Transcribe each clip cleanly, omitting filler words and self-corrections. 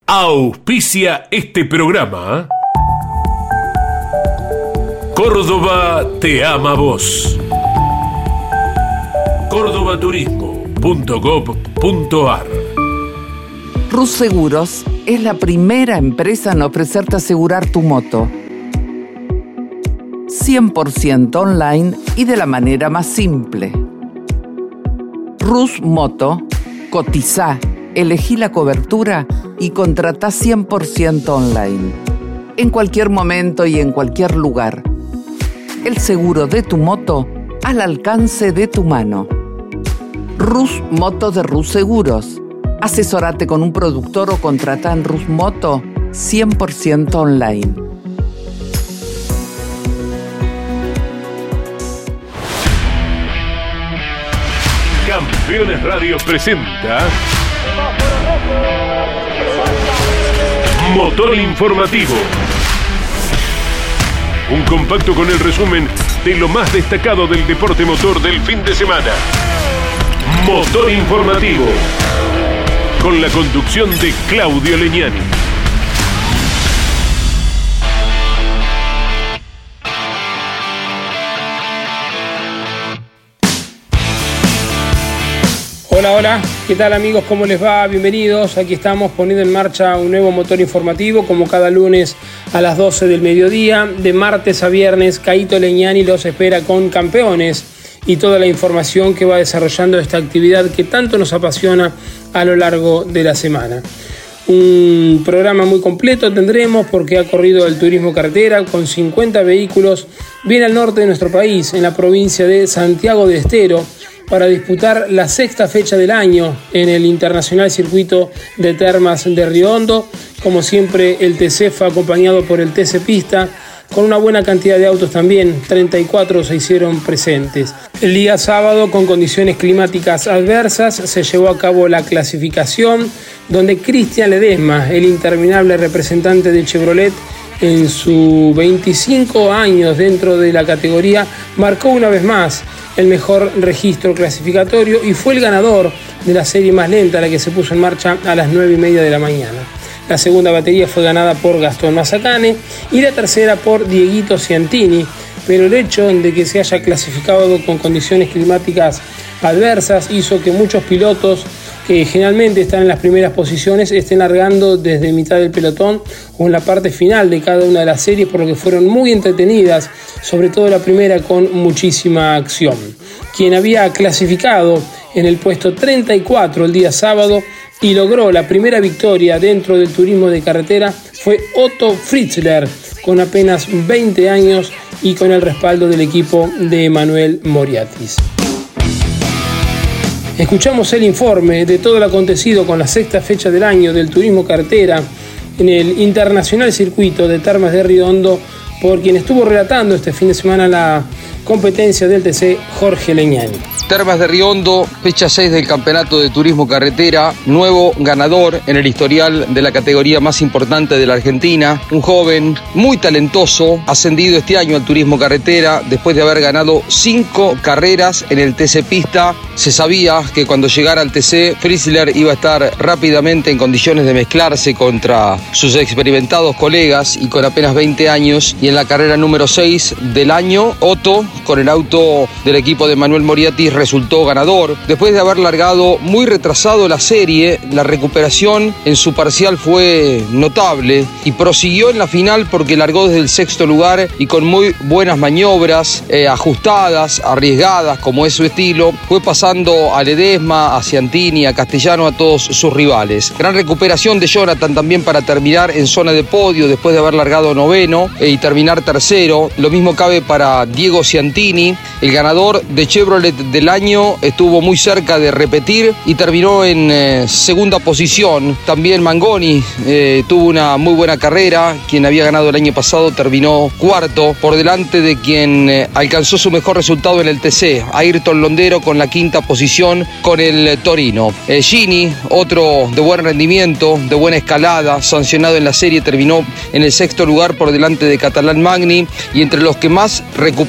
Auspicia este programa. Córdoba te ama a vos. cordobaturismo.gov.ar. Rus Seguros es la primera empresa en ofrecerte asegurar tu moto 100% online y de la manera más simple. Rus Moto, cotizá, elegí la cobertura y contratá 100% online. En cualquier momento y en cualquier lugar. El seguro de tu moto al alcance de tu mano. Rus Moto de Rus Seguros. Asesorate con un productor o contratá en Rus Moto 100% online. Campeones Radio presenta Motor Informativo. Un compacto con el resumen de lo más destacado del deporte motor del fin de semana. Motor Informativo. Con la conducción de Claudio Legnani. Hola, ¿qué tal amigos? ¿Cómo les va? Bienvenidos. Aquí estamos poniendo en marcha un nuevo motor informativo, como cada lunes a las 12 del mediodía. De martes a viernes, Caito Legnani los espera con Campeones y toda la información que va desarrollando esta actividad que tanto nos apasiona a lo largo de la semana. Un programa muy completo tendremos porque ha corrido el turismo carretera con 50 vehículos bien al norte de nuestro país, en la provincia de Santiago del Estero, para disputar la sexta fecha del año en el Internacional Circuito de Termas de Río Hondo. Como siempre, el TC fue acompañado por el TC Pista, con una buena cantidad de autos también, 34 se hicieron presentes. El día sábado, con condiciones climáticas adversas, se llevó a cabo la clasificación, donde Cristian Ledesma, el interminable representante de Chevrolet, en sus 25 años dentro de la categoría, marcó una vez más el mejor registro clasificatorio y fue el ganador de la serie más lenta, la que se puso en marcha a las 9:30 de la mañana. La segunda batería fue ganada por Gastón Mazacane y la tercera por Dieguito Ciantini, pero el hecho de que se haya clasificado con condiciones climáticas adversas hizo que muchos pilotos que generalmente están en las primeras posiciones estén largando desde mitad del pelotón o en la parte final de cada una de las series, por lo que fueron muy entretenidas, sobre todo la primera con muchísima acción. Quien había clasificado en el puesto 34 el día sábado y logró la primera victoria dentro del turismo de carretera fue Otto Fritzler, con apenas 20 años y con el respaldo del equipo de Emanuel Moriatis. Escuchamos el informe de todo lo acontecido con la sexta fecha del año del turismo carretera en el Internacional Circuito de Termas de Río Hondo por quien estuvo relatando este fin de semana la competencia del TC, Jorge Legnani. Termas de Río Hondo, fecha 6 del Campeonato de Turismo Carretera, nuevo ganador en el historial de la categoría más importante de la Argentina, un joven muy talentoso, ascendido este año al Turismo Carretera después de haber ganado 5 carreras en el TC Pista. Se sabía que cuando llegara al TC, Fritzler iba a estar rápidamente en condiciones de mezclarse contra sus experimentados colegas y con apenas 20 años, y en la carrera número 6 del año, Otto, con el auto del equipo de Manuel Moriatis, resultó ganador. Después de haber largado muy retrasado la serie, la recuperación en su parcial fue notable y prosiguió en la final porque largó desde el sexto lugar y con muy buenas maniobras, ajustadas, arriesgadas, como es su estilo, fue pasando a Ledesma, a Ciantini, a Castellano, a todos sus rivales. Gran recuperación de Jonathan también para terminar en zona de podio después de haber largado noveno y terminar tercero. Lo mismo cabe para Diego Ciantini, el ganador de Chevrolet del año, estuvo muy cerca de repetir y terminó en segunda posición. También Mangoni tuvo una muy buena carrera, quien había ganado el año pasado terminó cuarto, por delante de quien alcanzó su mejor resultado en el TC, Ayrton Londero, con la quinta posición con el Torino. Gini, otro de buen rendimiento, de buena escalada, sancionado en la serie, terminó en el sexto lugar por delante de Catalán Magni, y entre los que más recuperaron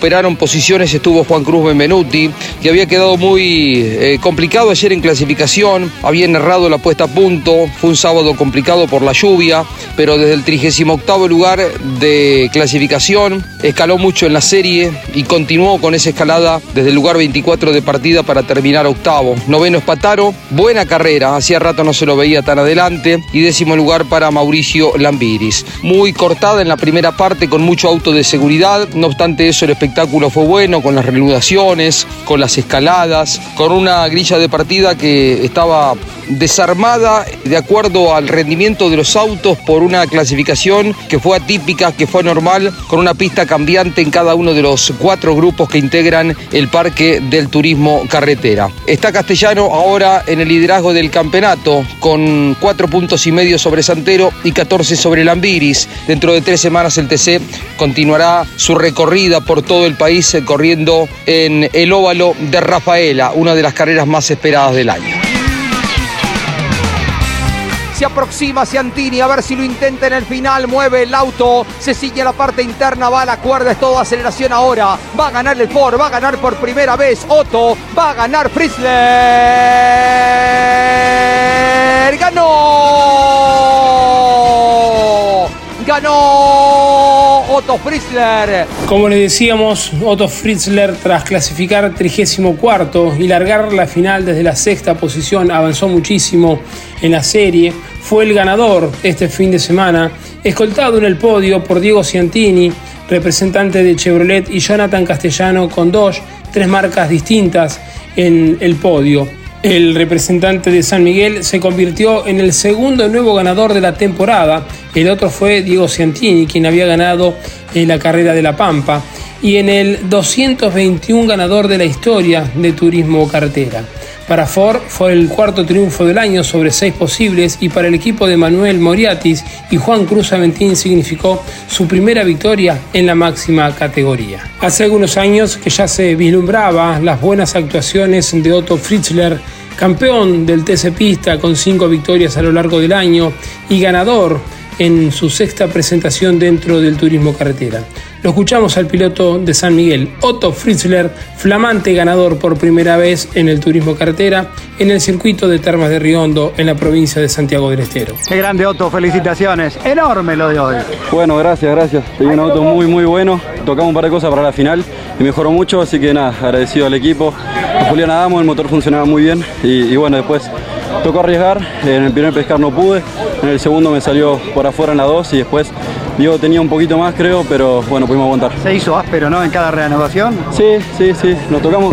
posiciones estuvo Juan Cruz Benvenuti, que había quedado muy complicado ayer en clasificación, habían errado la puesta a punto, fue un sábado complicado por la lluvia, pero desde el 38º lugar de clasificación escaló mucho en la serie y continuó con esa escalada desde el lugar 24 de partida para terminar octavo. Noveno Espataro, buena carrera, hacía rato no se lo veía tan adelante, y 10º lugar para Mauricio Lambiris. Muy cortada en la primera parte con mucho auto de seguridad, no obstante eso el espectáculo fue bueno, con las reanudaciones, con las escaladas, con una grilla de partida que estaba desarmada de acuerdo al rendimiento de los autos por una clasificación que fue atípica, que fue normal, con una pista cambiante en cada uno de los 4 grupos que integran el parque del turismo carretera. Está Castellano ahora en el liderazgo del campeonato con 4,5 puntos sobre Santero y 14 sobre Lambiris. Dentro de 3 semanas el TC continuará su recorrida por todo el país corriendo en el óvalo de Rafaela, una de las carreras más esperadas del año. Se aproxima Ciantini, a ver si lo intenta en el final, mueve el auto, se sigue a la parte interna, va a la cuerda, es todo aceleración ahora, va a ganar el Ford, va a ganar por primera vez Otto, va a ganar Fritzler, ganó Otto Fritzler. Como les decíamos, Otto Fritzler, tras clasificar 34º y largar la final desde la 6ª posición, avanzó muchísimo en la serie, fue el ganador este fin de semana, escoltado en el podio por Diego Ciantini, representante de Chevrolet, y Jonathan Castellano con Dodge, 3 marcas distintas en el podio. El representante de San Miguel se convirtió en el segundo nuevo ganador de la temporada. El otro fue Diego Ciantini, quien había ganado la carrera de La Pampa, y en el 221 ganador de la historia de turismo carretera. Para Ford fue el 4º triunfo del año sobre 6 posibles, y para el equipo de Manuel Moriatis y Juan Cruz Aventín significó su primera victoria en la máxima categoría. Hace algunos años que ya se vislumbraba las buenas actuaciones de Otto Fritzler, campeón del TC Pista con 5 victorias a lo largo del año y ganador en su 6ª presentación dentro del turismo carretera. Lo escuchamos al piloto de San Miguel, Otto Fritzler, flamante ganador por primera vez en el turismo carretera en el circuito de Termas de Río Hondo en la provincia de Santiago del Estero. Qué grande, Otto, felicitaciones, enorme lo de hoy. Bueno, gracias, tenía un auto muy bueno, tocamos un par de cosas para la final y mejoró mucho, así que nada, agradecido al equipo, a Julián Adamo, el motor funcionaba muy bien y bueno, después tocó arriesgar, en el primer pescar no pude, en el segundo me salió por afuera en la 2 y después Diego tenía un poquito más, creo, pero bueno, pudimos aguantar. Se hizo áspero, ¿no? En cada reanudación. Sí, nos tocamos.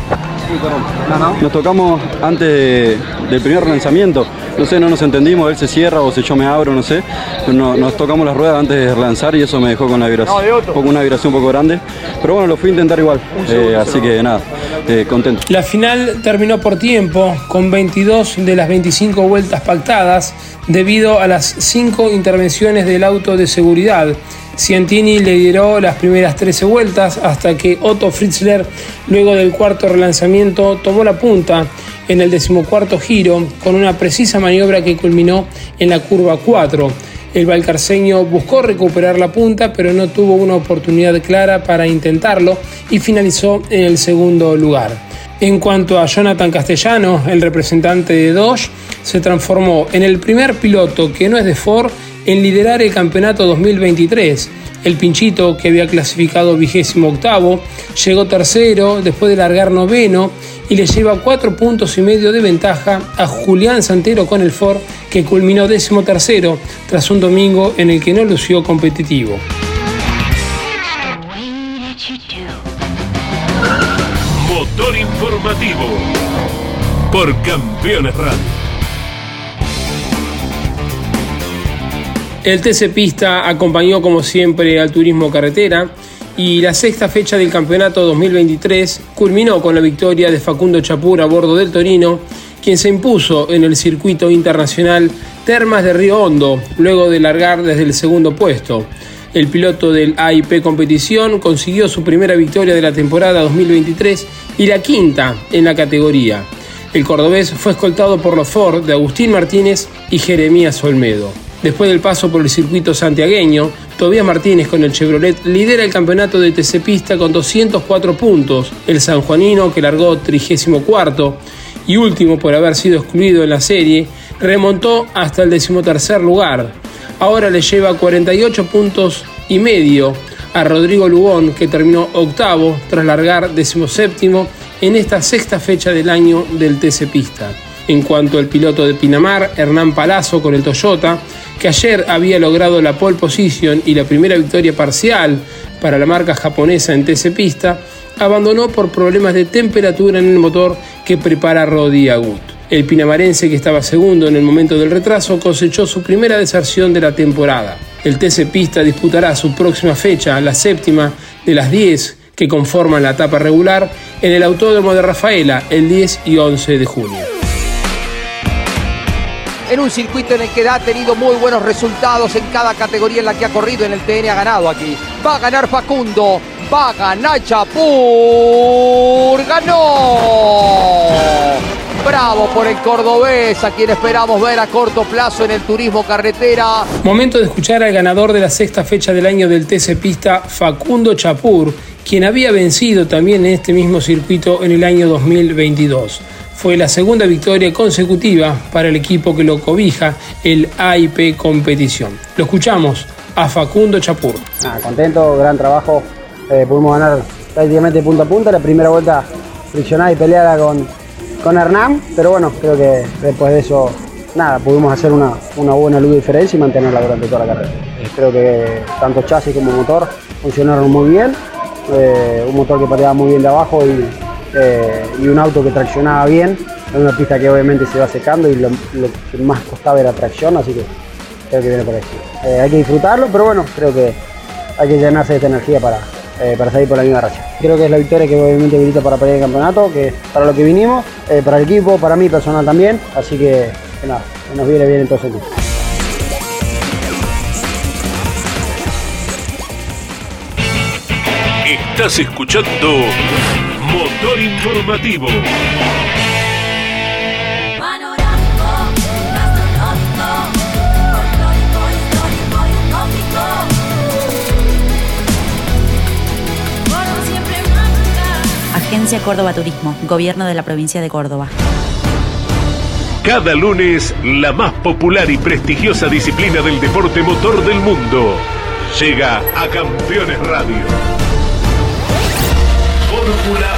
Nos tocamos antes del primer lanzamiento. No sé, no nos entendimos, él se cierra o yo me abro, no sé. Nos tocamos las ruedas antes de relanzar y eso me dejó con una vibración, una vibración un poco grande. Pero bueno, lo fui a intentar igual, así que nada, contento. La final terminó por tiempo, con 22 de las 25 vueltas pactadas, debido a las 5 intervenciones del auto de seguridad. Ciantini lideró las primeras 13 vueltas hasta que Otto Fritzler, luego del 4º relanzamiento, tomó la punta en el 14º giro con una precisa maniobra que culminó en la curva 4. El valcarceño buscó recuperar la punta, pero no tuvo una oportunidad clara para intentarlo y finalizó en el 2º lugar. En cuanto a Jonathan Castellano, el representante de Dodge, se transformó en el primer piloto que no es de Ford en liderar el campeonato 2023. El Pinchito, que había clasificado 28º, llegó tercero después de largar noveno y le lleva 4,5 puntos de ventaja a Julián Santero con el Ford, que culminó 13º tras un domingo en el que no lució competitivo. Motor informativo por Campeones Radio. El TC Pista acompañó como siempre al turismo carretera y la 6ª fecha del campeonato 2023 culminó con la victoria de Facundo Chapur a bordo del Torino, quien se impuso en el circuito internacional Termas de Río Hondo luego de largar desde el 2º puesto. El piloto del AIP Competición consiguió su primera victoria de la temporada 2023 y la 5ª en la categoría. El cordobés fue escoltado por los Ford de Agustín Martínez y Jeremías Olmedo. Después del paso por el circuito santiagueño, Tobías Martínez con el Chevrolet lidera el campeonato de TC Pista con 204 puntos. El sanjuanino, que largó 34º y último por haber sido excluido en la serie, remontó hasta el 13º lugar. Ahora le lleva 48 puntos y medio a Rodrigo Lugón, que terminó octavo tras largar 17º en esta sexta fecha del año del TC Pista. En cuanto al piloto de Pinamar, Hernán Palazzo con el Toyota, que ayer había logrado la pole position y la primera victoria parcial para la marca japonesa en TC Pista, abandonó por problemas de temperatura en el motor que prepara Rodi Agut. El pinamarense, que estaba segundo en el momento del retraso, cosechó su primera deserción de la temporada. El TC Pista disputará su próxima fecha, la séptima de las 10 que conforman la etapa regular, en el Autódromo de Rafaela el 10 y 11 de junio. En un circuito en el que ha tenido muy buenos resultados en cada categoría en la que ha corrido, en el TN ha ganado aquí. Va a ganar Facundo, va a ganar Chapur, ¡ganó! Bravo por el cordobés, a quien esperamos ver a corto plazo en el turismo carretera. Momento de escuchar al ganador de la sexta fecha del año del TC Pista, Facundo Chapur, quien había vencido también en este mismo circuito en el año 2022. Fue la segunda victoria consecutiva para el equipo que lo cobija, el AIP Competición. Lo escuchamos a Facundo Chapur. Contento, gran trabajo. Pudimos ganar prácticamente punta a punta. La primera vuelta friccionada y peleada con Hernán, pero bueno, creo que después de eso, pudimos hacer una buena luz de diferencia y mantenerla durante toda la carrera. Creo que tanto chasis como motor funcionaron muy bien. Un motor que pateaba muy bien de abajo y un auto que traccionaba bien en una pista que obviamente se va secando y lo que más costaba era tracción, así que creo que viene por ahí. Hay que disfrutarlo, pero bueno, creo que hay que llenarse de esta energía para salir por la misma racha. Creo que es la victoria que obviamente habilita para pelear el campeonato, que para lo que vinimos, para el equipo, para mí personal también, así que nada, nos viene bien en todo sentido. Estás escuchando Motor Informativo. Agencia Córdoba Turismo, Gobierno de la Provincia de Córdoba. Cada lunes, la más popular y prestigiosa disciplina del deporte motor del mundo llega a Campeones Radio. Fórmula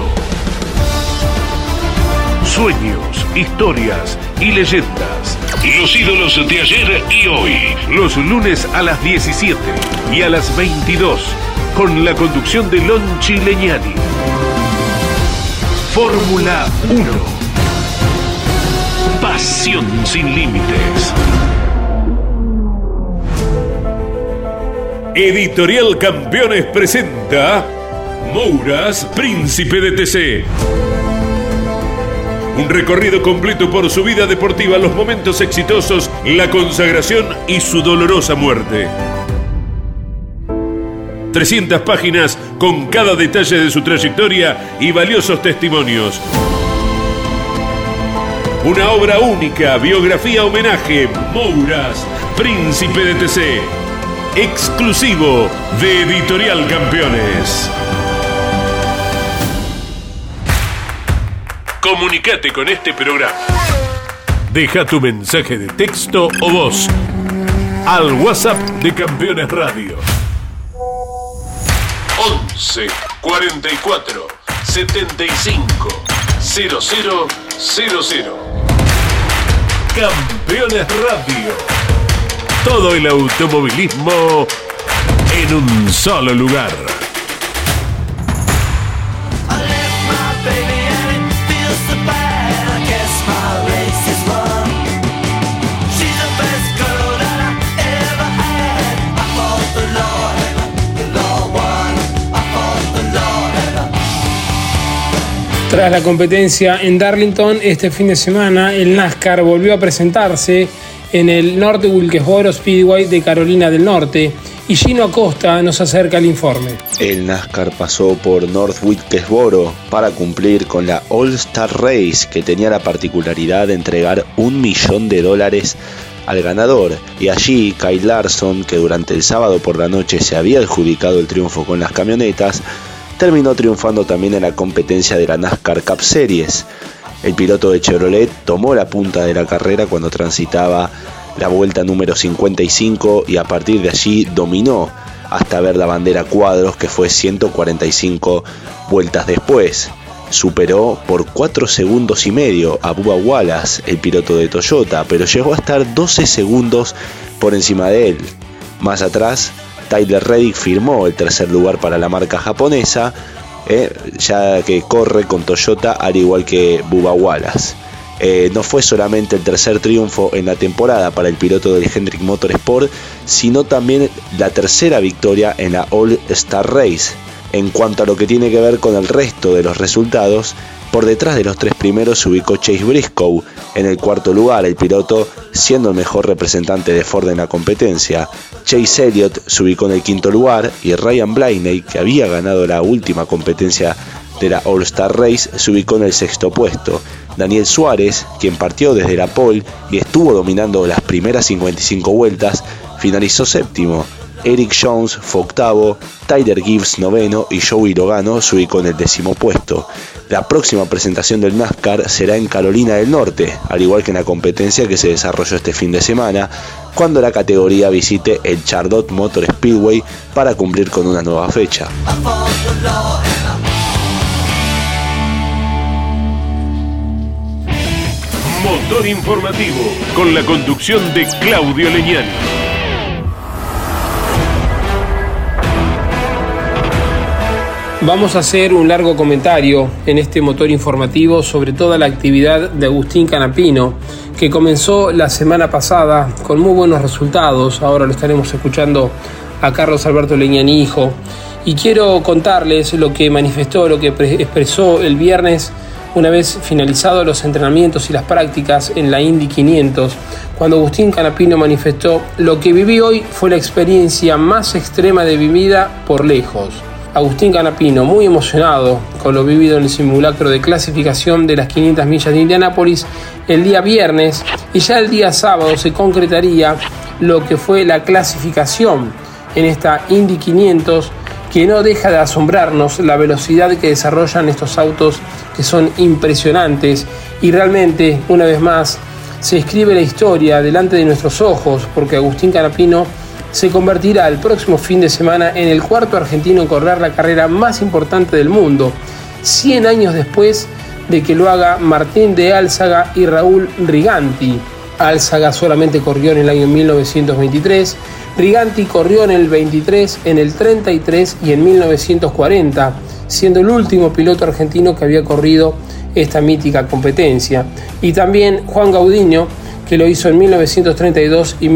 1. Sueños, historias y leyendas. Los ídolos de ayer y hoy. Los lunes a las 17 y a las 22. Con la conducción de Lonchi Legnani. Fórmula 1. Pasión sin límites. Editorial Campeones presenta Mouras, Príncipe de TC. Un recorrido completo por su vida deportiva, los momentos exitosos, la consagración y su dolorosa muerte. 300 páginas con cada detalle de su trayectoria y valiosos testimonios. Una obra única, biografía homenaje, Mouras, Príncipe de TC. Exclusivo de Editorial Campeones. Comunicate con este programa. Deja tu mensaje de texto o voz al WhatsApp de Campeones Radio. 11 44 75 0000. Campeones Radio. Todo el automovilismo en un solo lugar. Tras la competencia en Darlington este fin de semana, el NASCAR volvió a presentarse en el North Wilkesboro Speedway de Carolina del Norte y Gino Acosta nos acerca el informe. El NASCAR pasó por North Wilkesboro para cumplir con la All Star Race, que tenía la particularidad de entregar $1 millón al ganador, y allí Kyle Larson, que durante el sábado por la noche se había adjudicado el triunfo con las camionetas, terminó triunfando también en la competencia de la NASCAR Cup Series. El piloto de Chevrolet tomó la punta de la carrera cuando transitaba la vuelta número 55 y a partir de allí dominó hasta ver la bandera cuadros, que fue 145 vueltas después. Superó por 4 segundos y medio a Bubba Wallace, el piloto de Toyota, pero llegó a estar 12 segundos por encima de él. Más atrás, Tyler Reddick firmó el tercer lugar para la marca japonesa, ya que corre con Toyota al igual que Bubba Wallace. No fue solamente el tercer triunfo en la temporada para el piloto del Hendrick Motorsport, sino también la tercera victoria en la All-Star Race. En cuanto a lo que tiene que ver con el resto de los resultados, por detrás de los 3 primeros se ubicó Chase Briscoe en el cuarto lugar, el piloto siendo el mejor representante de Ford en la competencia. Chase Elliott se ubicó en el quinto lugar y Ryan Blaney, que había ganado la última competencia de la All-Star Race, se ubicó en el sexto puesto. Daniel Suárez, quien partió desde la pole y estuvo dominando las primeras 55 vueltas, finalizó séptimo. Eric Jones fue octavo, Tyler Gibbs noveno y Joey Logano se ubicó en el 10º puesto. La próxima presentación del NASCAR será en Carolina del Norte, al igual que en la competencia que se desarrolló este fin de semana, cuando la categoría visite el Charlotte Motor Speedway para cumplir con una nueva fecha. Motor Informativo, con la conducción de Claudio Leñani. Vamos a hacer un largo comentario en este motor informativo sobre toda la actividad de Agustín Canapino, que comenzó la semana pasada con muy buenos resultados. Ahora lo estaremos escuchando a Carlos Alberto Leñani hijo. Y quiero contarles lo que manifestó, lo que expresó el viernes, una vez finalizados los entrenamientos y las prácticas en la Indy 500, cuando Agustín Canapino manifestó: lo que viví hoy fue la experiencia más extrema de mi vida por lejos. Agustín Canapino, muy emocionado con lo vivido en el simulacro de clasificación de las 500 millas de Indianápolis el día viernes, y ya el día sábado se concretaría lo que fue la clasificación en esta Indy 500, que no deja de asombrarnos la velocidad que desarrollan estos autos, que son impresionantes, y realmente, una vez más, se escribe la historia delante de nuestros ojos, porque Agustín Canapino se convertirá el próximo fin de semana en el cuarto argentino en correr la carrera más importante del mundo, 100 años después de que lo haga Martín de Álzaga y Raúl Riganti. Álzaga solamente corrió en el año 1923, Riganti corrió en el 23, en el 33 y en 1940, siendo el último piloto argentino que había corrido esta mítica competencia. Y también Juan Gaudiño, que lo hizo en 1932 y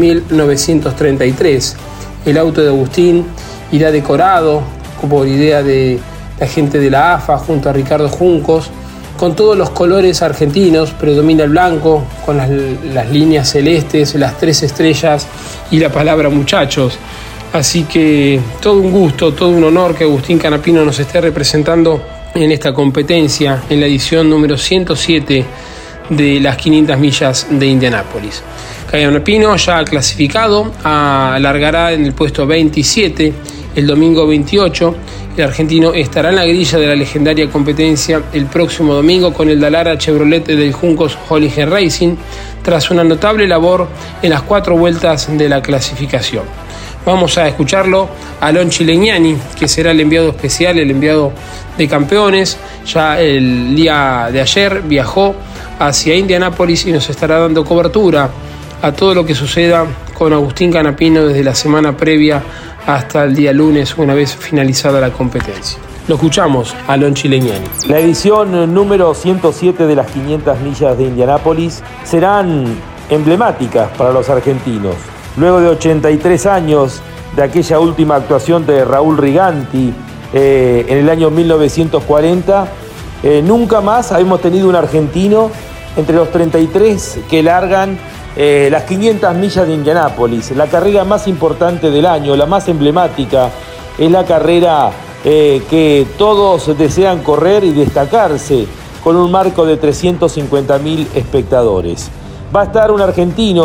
1933. El auto de Agustín irá decorado por idea de la gente de la AFA junto a Ricardo Juncos, con todos los colores argentinos. Predomina el blanco con las líneas celestes, las 3 estrellas y la palabra muchachos. Así que todo un gusto, todo un honor que Agustín Canapino nos esté representando en esta competencia, en la edición número 107 de las 500 millas de Indianápolis. Canapino ya clasificado, alargará en el puesto 27 el domingo 28. El argentino estará en la grilla de la legendaria competencia el próximo domingo con el Dallara Chevrolet del Juncos Hollinger Racing, tras una notable labor en las 4 vueltas de la clasificación. Vamos a escucharlo a Lonchi Leñani, que será el enviado especial, el enviado de campeones. Ya el día de ayer viajó hacia Indianápolis y nos estará dando cobertura a todo lo que suceda con Agustín Canapino desde la semana previa hasta el día lunes, una vez finalizada la competencia. Lo escuchamos a Lonchi Leñani. La edición número 107 de las 500 millas de Indianápolis serán emblemáticas para los argentinos. Luego de 83 años de aquella última actuación de Raúl Riganti en el año 1940, nunca más habíamos tenido un argentino entre los 33 que largan las 500 millas de Indianápolis. La carrera más importante del año, la más emblemática, es la carrera que todos desean correr y destacarse, con un marco de 350.000 espectadores. Va a estar un argentino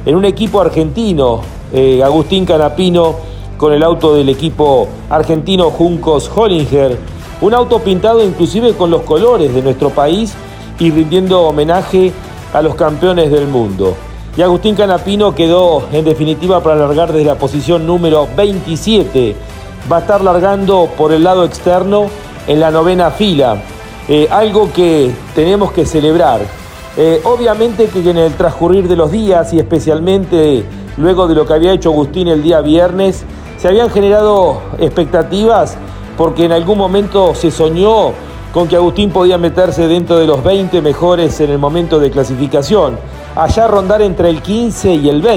en un equipo argentino, Agustín Canapino con el auto del equipo argentino Juncos Hollinger, un auto pintado inclusive con los colores de nuestro país y rindiendo homenaje a los campeones del mundo. Y Agustín Canapino quedó en definitiva para largar desde la posición número 27. Va a estar largando por el lado externo en la 9ª fila, algo que tenemos que celebrar. Obviamente que en el transcurrir de los días y especialmente luego de lo que había hecho Agustín el día viernes, se habían generado expectativas porque en algún momento se soñó con que Agustín podía meterse dentro de los 20 mejores en el momento de clasificación, allá rondar entre el 15 y el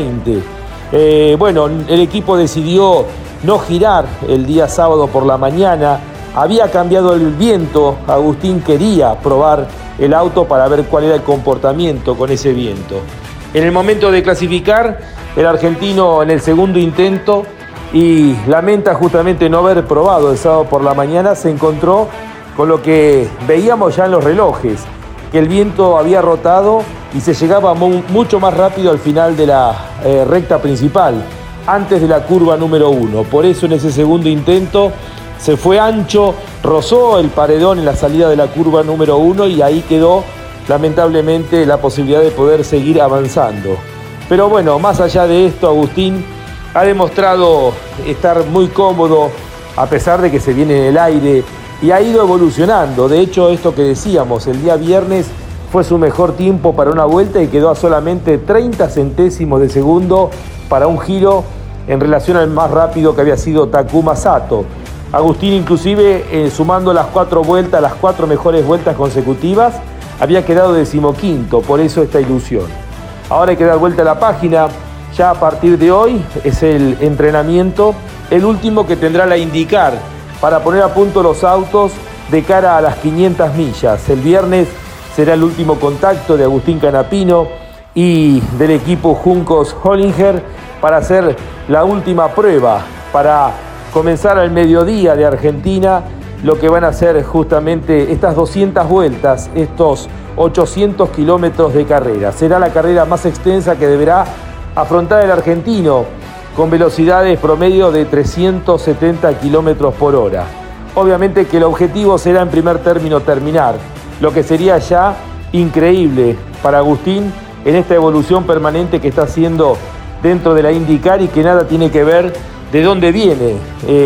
20. Bueno, el equipo decidió no girar el día sábado por la mañana, había cambiado el viento, Agustín quería probar el auto para ver cuál era el comportamiento con ese viento. En el momento de clasificar, el argentino en el segundo intento, y lamenta justamente no haber probado el sábado por la mañana, se encontró con lo que veíamos ya en los relojes, que el viento había rotado y se llegaba mucho más rápido al final de la recta principal, antes de la curva número 1. Por eso en ese segundo intento se fue ancho, rozó el paredón en la salida de la curva número 1 y ahí quedó lamentablemente la posibilidad de poder seguir avanzando. Pero bueno, más allá de esto, Agustín ha demostrado estar muy cómodo a pesar de que se viene en el aire y ha ido evolucionando. De hecho, esto que decíamos, el día viernes fue su mejor tiempo para una vuelta y quedó a solamente 30 centésimos de segundo para un giro en relación al más rápido que había sido Takuma Sato. Agustín inclusive sumando las 4 vueltas, las 4 mejores vueltas consecutivas, había quedado 15º, por eso esta ilusión. Ahora hay que dar vuelta a la página. Ya a partir de hoy es el entrenamiento, el último que tendrá la IndyCar para poner a punto los autos de cara a las 500 millas. El viernes será el último contacto de Agustín Canapino y del equipo Juncos Hollinger para hacer la última prueba, para comenzar al mediodía de Argentina lo que van a ser justamente estas 200 vueltas, estos 800 kilómetros de carrera. Será la carrera más extensa que deberá afrontar el argentino con velocidades promedio de 370 kilómetros por hora. Obviamente que el objetivo será en primer término terminar, lo que sería ya increíble para Agustín en esta evolución permanente que está haciendo dentro de la IndyCar y que nada tiene que ver de dónde viene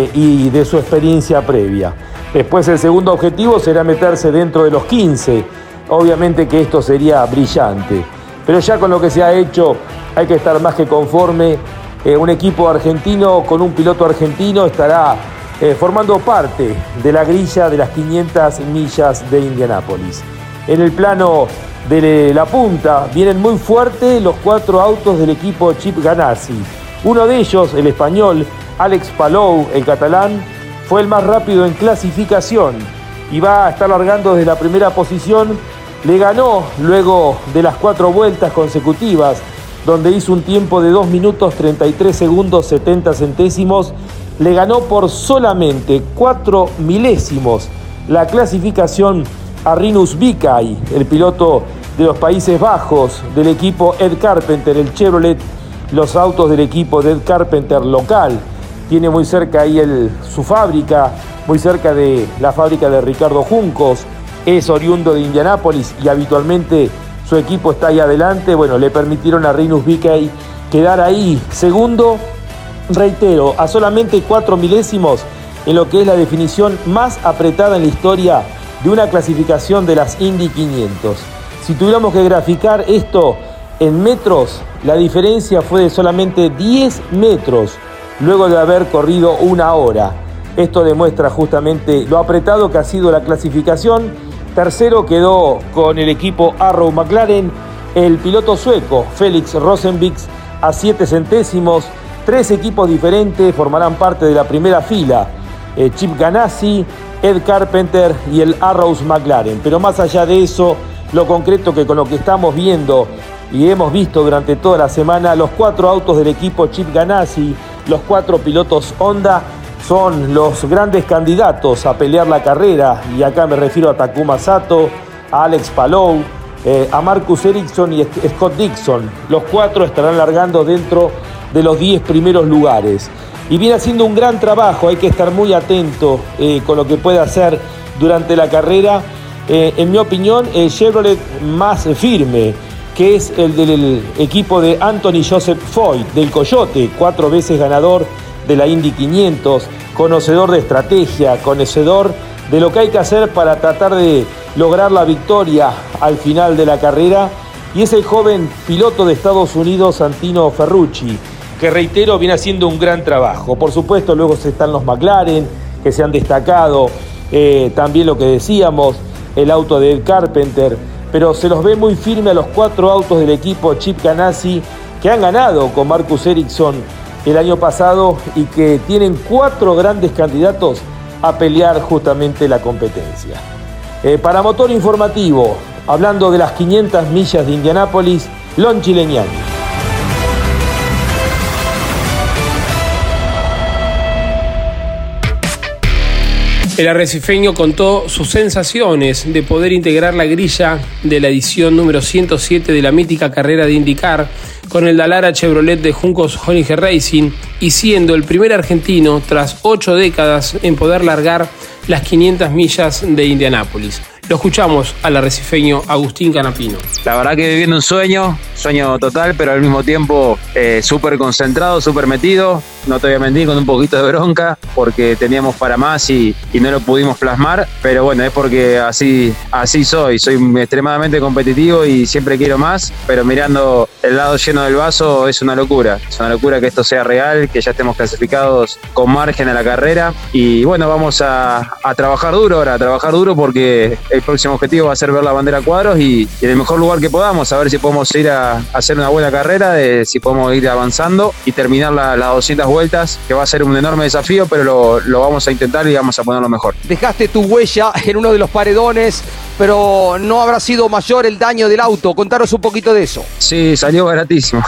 y de su experiencia previa. Después el segundo objetivo será meterse dentro de los 15. Obviamente que esto sería brillante, pero ya con lo que se ha hecho hay que estar más que conforme. Un equipo argentino con un piloto argentino estará formando parte de la grilla de las 500 millas de Indianápolis. En el plano de la punta vienen muy fuerte los 4 autos del equipo Chip Ganassi. Uno de ellos, el español Alex Palou, el catalán, fue el más rápido en clasificación y va a estar largando desde la primera posición. Le ganó luego de las 4 vueltas consecutivas, donde hizo un tiempo de 2 minutos 33 segundos 70 centésimos. Le ganó por solamente 4 milésimos la clasificación a Rinus Vikay, el piloto de los Países Bajos del equipo Ed Carpenter, el Chevrolet, los autos del equipo de Ed Carpenter local. Tiene muy cerca ahí su fábrica, muy cerca de la fábrica de Ricardo Juncos. Es oriundo de Indianápolis y habitualmente su equipo está ahí adelante. Bueno, le permitieron a Rinus Vikay quedar ahí segundo, reitero, a solamente 4 milésimos en lo que es la definición más apretada en la historia de una clasificación de las Indy 500. Si tuviéramos que graficar esto en metros, la diferencia fue de solamente 10 metros luego de haber corrido 1 hora. Esto demuestra justamente lo apretado que ha sido la clasificación. Tercero quedó con el equipo Arrow McLaren el piloto sueco Felix Rosenvik a 7 centésimos. 3 equipos diferentes formarán parte de la primera fila: Chip Ganassi, Ed Carpenter y el Arrows McLaren. Pero más allá de eso, lo concreto que con lo que estamos viendo y hemos visto durante toda la semana, los 4 autos del equipo Chip Ganassi, los 4 pilotos Honda, son los grandes candidatos a pelear la carrera, y acá me refiero a Takuma Sato, a Alex Palou, a Marcus Ericsson y Scott Dixon. Los 4 estarán largando dentro de los 10 primeros lugares. Y viene haciendo un gran trabajo, hay que estar muy atento con lo que puede hacer durante la carrera. En mi opinión, el Chevrolet más firme, que es el del equipo de Anthony Joseph Foyt, del Coyote, 4 veces ganador de la Indy 500, conocedor de estrategia, conocedor de lo que hay que hacer para tratar de lograr la victoria al final de la carrera. Y es el joven piloto de Estados Unidos, Santino Ferrucci, que reitero, viene haciendo un gran trabajo. Por supuesto, luego están los McLaren, que se han destacado, también lo que decíamos, el auto de Ed Carpenter, pero se los ve muy firme a los 4 autos del equipo Chip Ganassi, que han ganado con Marcus Ericsson el año pasado y que tienen 4 grandes candidatos a pelear justamente la competencia. Para Motor Informativo, hablando de las 500 millas de Indianápolis, Lonchi Legnani. El arrecifeño contó sus sensaciones de poder integrar la grilla de la edición número 107 de la mítica carrera de IndyCar con el Dallara Chevrolet de Juncos Honig Racing y siendo el primer argentino tras 8 décadas en poder largar las 500 millas de Indianápolis. Lo escuchamos al arrecifeño Agustín Canapino. La verdad que viviendo un sueño total, pero al mismo tiempo súper concentrado, súper metido. No te voy a mentir, con un poquito de bronca, porque teníamos para más y no lo pudimos plasmar. Pero bueno, es porque así soy extremadamente competitivo y siempre quiero más, pero mirando el lado lleno del vaso es una locura. Es una locura que esto sea real, que ya estemos clasificados con margen a la carrera. Y bueno, vamos a trabajar duro ahora, porque el próximo objetivo va a ser ver la bandera a cuadros y en el mejor lugar que podamos, a ver si podemos ir a hacer una buena carrera, si podemos ir avanzando y terminar las 200 vueltas, que va a ser un enorme desafío, pero lo vamos a intentar y vamos a ponerlo mejor. Dejaste tu huella en uno de los paredones, pero no habrá sido mayor el daño del auto. Contanos un poquito de eso. Sí, salió baratísimo.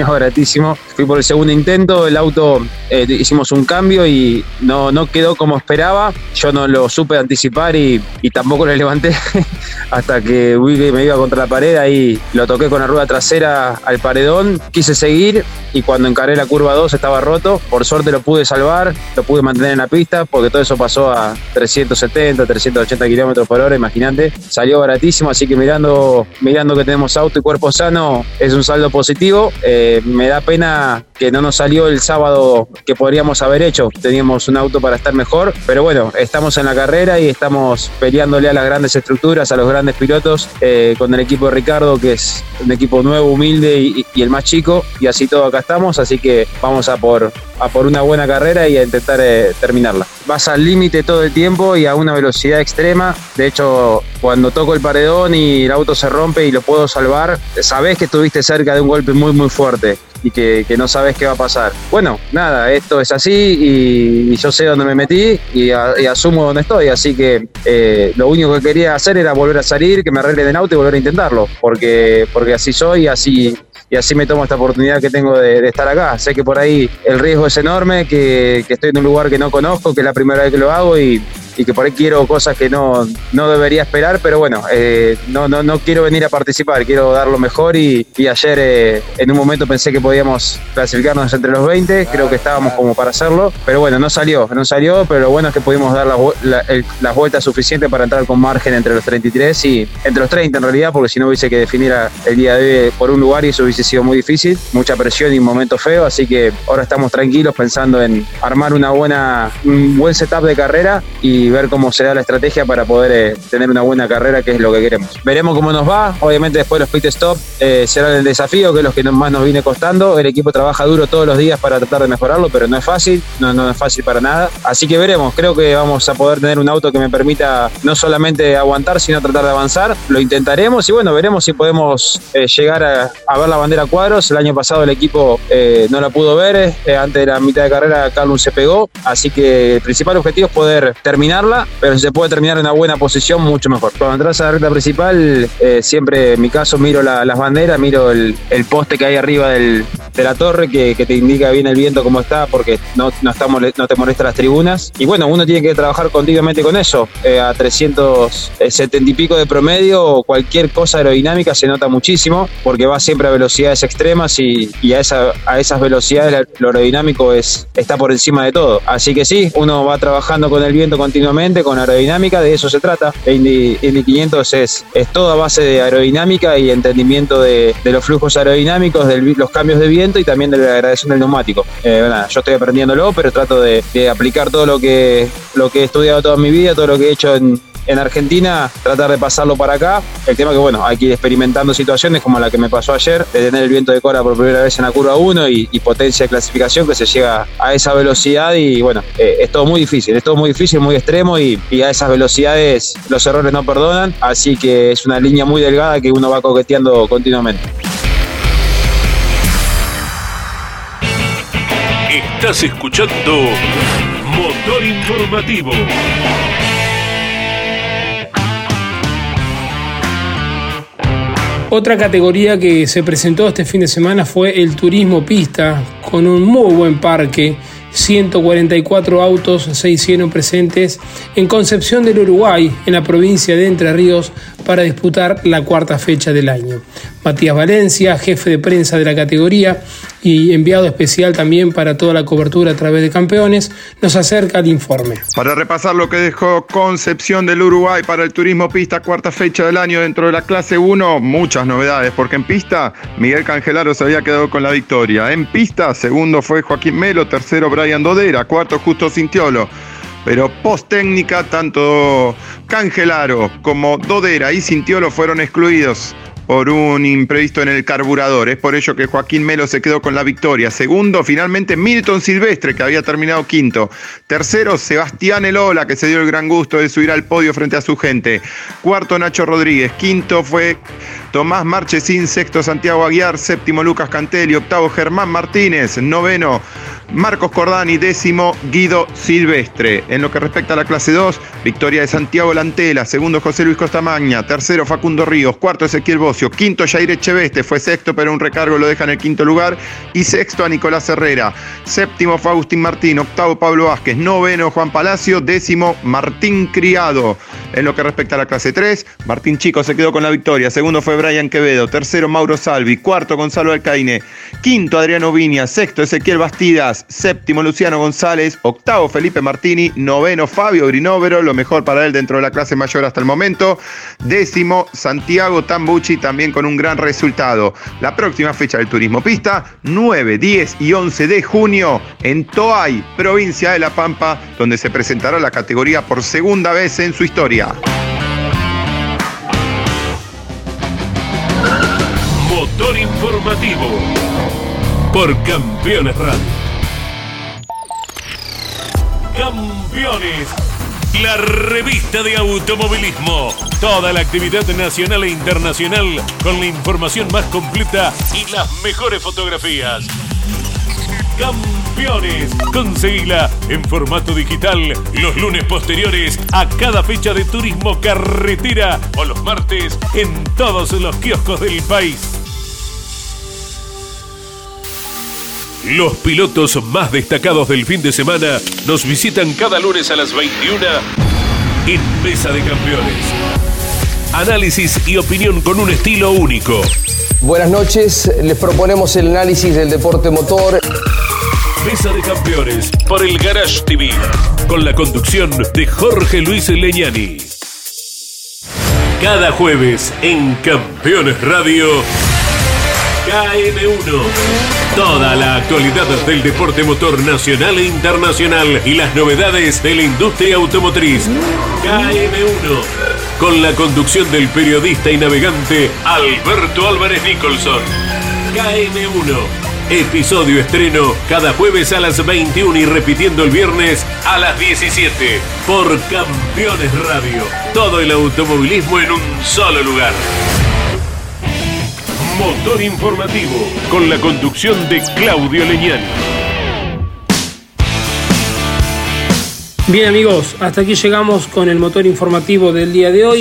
Fui por el segundo intento, el auto hicimos un cambio y no quedó como esperaba. Yo no lo supe anticipar y tampoco lo levanté hasta que vi que me iba contra la pared. Ahí lo toqué con la rueda trasera al paredón, quise seguir y cuando encaré la curva 2 estaba roto. Por suerte lo pude salvar, lo pude mantener en la pista porque todo eso pasó a 370, 380 kilómetros por hora, imagínate. Salió baratísimo, así que mirando que tenemos auto y cuerpo sano, es un saldo positivo. Me da pena que no nos salió el sábado que podríamos haber hecho. Teníamos un auto para estar mejor, pero bueno, estamos en la carrera y estamos peleándole a las grandes estructuras, a los grandes pilotos, con el equipo de Ricardo, que es un equipo nuevo, humilde y el más chico, y así todo acá estamos, así que vamos a por una buena carrera y a intentar terminarla. Vas al límite todo el tiempo y a una velocidad extrema. De hecho, cuando toco el paredón y el auto se rompe y lo puedo salvar, sabés que estuviste cerca de un golpe muy muy fuerte y que no sabes qué va a pasar. Bueno, nada, esto es así y yo sé dónde me metí y asumo dónde estoy, así que lo único que quería hacer era volver a salir, que me arreglen el auto y volver a intentarlo, porque así soy y así me tomo esta oportunidad que tengo de estar acá. Sé que por ahí el riesgo es enorme, que estoy en un lugar que no conozco, que es la primera vez que lo hago y que por ahí quiero cosas que no debería esperar, pero bueno, no quiero venir a participar, quiero dar lo mejor y ayer en un momento pensé que podíamos clasificarnos entre los 20, creo que estábamos como para hacerlo, pero bueno, no salió, pero lo bueno es que pudimos dar las vueltas suficientes para entrar con margen entre los 33 y entre los 30 en realidad, porque si no hubiese que definir el día de hoy por un lugar y eso hubiese sido muy difícil, mucha presión y un momento feo, así que ahora estamos tranquilos pensando en armar un buen setup de carrera y ver cómo será la estrategia para poder tener una buena carrera, que es lo que queremos. Veremos cómo nos va, obviamente después los pit stop serán el desafío, que es lo que más nos viene costando. El equipo trabaja duro todos los días para tratar de mejorarlo, pero no es fácil, no es fácil para nada, así que veremos. Creo que vamos a poder tener un auto que me permita no solamente aguantar, sino tratar de avanzar, lo intentaremos y bueno, veremos si podemos llegar a ver la bandera a cuadros. El año pasado el equipo no la pudo ver, antes de la mitad de carrera Carlun se pegó, así que el principal objetivo es poder terminarla, pero si se puede terminar en una buena posición, mucho mejor. Cuando entras a la recta principal, siempre en mi caso miro las banderas, miro el poste que hay arriba del la torre que te indica bien el viento cómo está, porque no te molesta las tribunas. Y bueno, uno tiene que trabajar continuamente con eso. A 370 y pico de promedio, cualquier cosa aerodinámica se nota muchísimo, porque va siempre a velocidades extremas y a esas velocidades lo aerodinámico está por encima de todo. Así que sí, uno va trabajando con el viento continuamente, con aerodinámica, de eso se trata. Indy 500 es toda base de aerodinámica y entendimiento de los flujos aerodinámicos, de los cambios de viento y también de la degradación del neumático. Yo estoy aprendiéndolo, pero trato de aplicar todo lo que he estudiado toda mi vida, todo lo que he hecho en Argentina, tratar de pasarlo para acá. El tema que, bueno, hay que ir experimentando situaciones como la que me pasó ayer, de tener el viento de Cora por primera vez en la curva 1 y potencia de clasificación que se llega a esa velocidad y, bueno, es todo muy difícil, muy extremo y a esas velocidades los errores no perdonan, así que es una línea muy delgada que uno va coqueteando continuamente. Estás escuchando Motor Informativo. Otra categoría que se presentó este fin de semana fue el turismo pista, con un muy buen parque. 144 autos se hicieron presentes en Concepción del Uruguay, en la provincia de Entre Ríos, para disputar la cuarta fecha del año. Matías Valencia, jefe de prensa de la categoría y enviado especial también para toda la cobertura a través de Campeones, nos acerca el informe. Para repasar lo que dejó Concepción del Uruguay para el turismo pista, cuarta fecha del año dentro de la clase 1, muchas novedades, porque en pista Miguel Cangelaro se había quedado con la victoria. En pista, segundo fue Joaquín Melo, tercero Brian Dodera, cuarto Justo Cintiolo. Pero post técnica, tanto Cangelaro como Dodera y Cintiolo fueron excluidos por un imprevisto en el carburador. Es por ello que Joaquín Melo se quedó con la victoria. Segundo, finalmente, Milton Silvestre, que había terminado quinto. Tercero, Sebastián Elola, que se dio el gran gusto de subir al podio frente a su gente. Cuarto, Nacho Rodríguez. Quinto fue Tomás Marchesín. Sexto, Santiago Aguiar. Séptimo, Lucas Cantelli. Octavo, Germán Martínez. Noveno, Marcos Cordani. Décimo, Guido Silvestre. En lo que respecta a la clase 2, victoria de Santiago Lantela. Segundo, José Luis Costamagna. Tercero, Facundo Ríos. Cuarto, Ezequiel Bocio. Quinto, Jair Echeveste. Fue sexto, pero un recargo lo deja en el quinto lugar. Y sexto, a Nicolás Herrera. Séptimo fue Agustín Martín. Octavo, Pablo Vázquez. Noveno, Juan Palacio. Décimo, Martín Criado. En lo que respecta a la clase 3, Martín Chico se quedó con la victoria. Segundo fue Brian Quevedo. Tercero, Mauro Salvi. Cuarto, Gonzalo Alcaine. Quinto, Adriano Viña. Sexto, Ezequiel Bastidas. Séptimo, Luciano González. Octavo, Felipe Martini. Noveno, Fabio Grinóvero. Lo mejor para él dentro de la clase mayor hasta el momento. Décimo, Santiago Tambucci, también con un gran resultado. La próxima fecha del turismo pista, 9, 10 y 11 de junio en Toay, provincia de La Pampa, donde se presentará la categoría por segunda vez en su historia. Motor Informativo por Campeones Radio. Campeones, la revista de automovilismo. Toda la actividad nacional e internacional con la información más completa y las mejores fotografías. Campeones, conseguila en formato digital los lunes posteriores a cada fecha de turismo carretera o los martes en todos los kioscos del país. Los pilotos más destacados del fin de semana nos visitan cada lunes a las 21 en Mesa de Campeones. Análisis y opinión con un estilo único. Buenas noches, les proponemos el análisis del deporte motor. Mesa de Campeones por el Garage TV, con la conducción de Jorge Luis Leñani. Cada jueves en Campeones Radio, KM1. Toda la actualidad del deporte motor nacional e internacional y las novedades de la industria automotriz. KM1. Con la conducción del periodista y navegante Alberto Álvarez Nicholson. KM1. Episodio estreno cada jueves a las 21 y repitiendo el viernes a las 17 por Campeones Radio. Todo el automovilismo en un solo lugar. Motor Informativo con la conducción de Claudio Leñani. Bien amigos, hasta aquí llegamos con el motor informativo del día de hoy.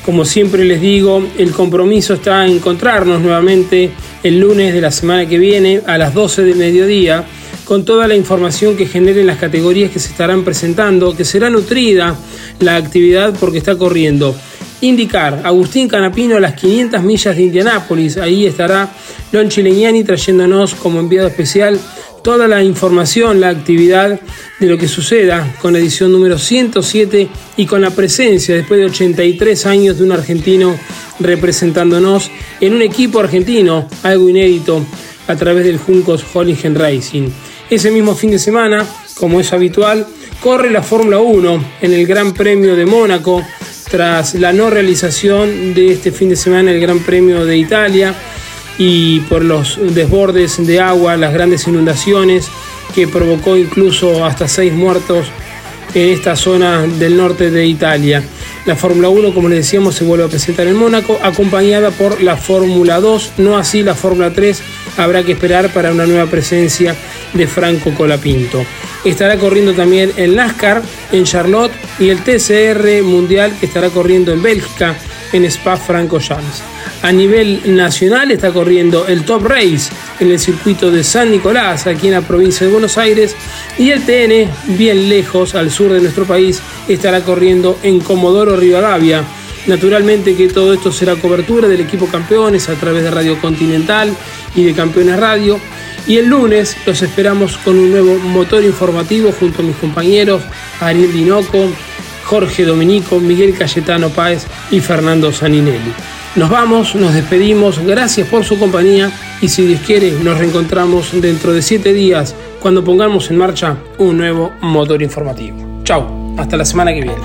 Como siempre les digo, el compromiso está en encontrarnos nuevamente el lunes de la semana que viene a las 12 del mediodía con toda la información que generen las categorías que se estarán presentando, que será nutrida la actividad porque está corriendo IndyCar, Agustín Canapino a las 500 millas de Indianápolis. Ahí estará Lonchi Legnani trayéndonos como enviado especial toda la información, la actividad de lo que suceda con la edición número 107 y con la presencia después de 83 años de un argentino representándonos en un equipo argentino, algo inédito a través del Juncos Holdingen Racing. Ese mismo fin de semana, como es habitual, corre la Fórmula 1 en el Gran Premio de Mónaco tras la no realización de este fin de semana el Gran Premio de Italia y por los desbordes de agua, las grandes inundaciones que provocó incluso hasta 6 muertos en esta zona del norte de Italia. La Fórmula 1, como les decíamos, se vuelve a presentar en Mónaco, acompañada por la Fórmula 2, no así la Fórmula 3, habrá que esperar para una nueva presencia de Franco Colapinto. Estará corriendo también el NASCAR en Charlotte y el TCR Mundial que estará corriendo en Bélgica, en Spa-Francorchamps. A nivel nacional está corriendo el Top Race en el circuito de San Nicolás, aquí en la provincia de Buenos Aires, y el TN, bien lejos, al sur de nuestro país, estará corriendo en Comodoro Rivadavia. Naturalmente que todo esto será cobertura del equipo Campeones a través de Radio Continental y de Campeones Radio. Y el lunes los esperamos con un nuevo motor informativo junto a mis compañeros Ariel Dinoco, Jorge Dominico, Miguel Cayetano Páez y Fernando Saninelli. Nos vamos, nos despedimos, gracias por su compañía y si Dios quiere nos reencontramos dentro de 7 días cuando pongamos en marcha un nuevo motor informativo. Chau, hasta la semana que viene.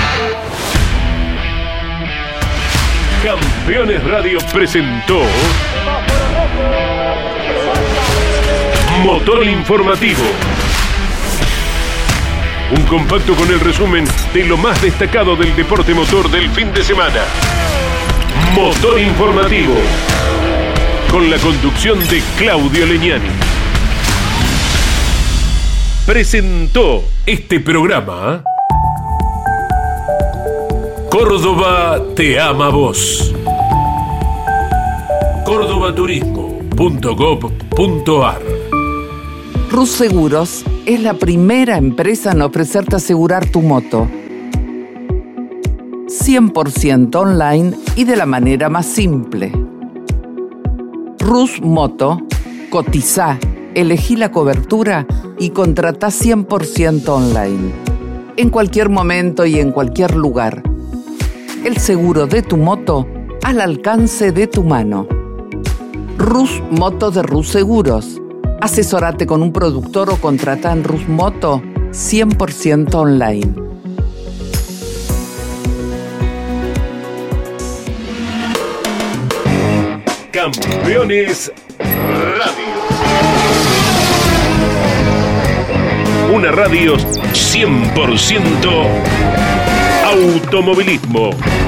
Campeones Radio presentó Motor Informativo. Un compacto con el resumen de lo más destacado del deporte motor del fin de semana. Motor Informativo. Con la conducción de Claudio Legnani. Presentó este programa Córdoba te ama a vos. cordobaturismo.gov.ar. Rus Seguros es la primera empresa en ofrecerte asegurar tu moto 100% online y de la manera más simple. Rus Moto, cotizá, elegí la cobertura y contratá 100% online. En cualquier momento y en cualquier lugar. El seguro de tu moto al alcance de tu mano. Rus Moto de Rus Seguros. Asesorate con un productor o contrata en Rus Moto 100% online. Campeones Radio. Una radio 100% automovilismo.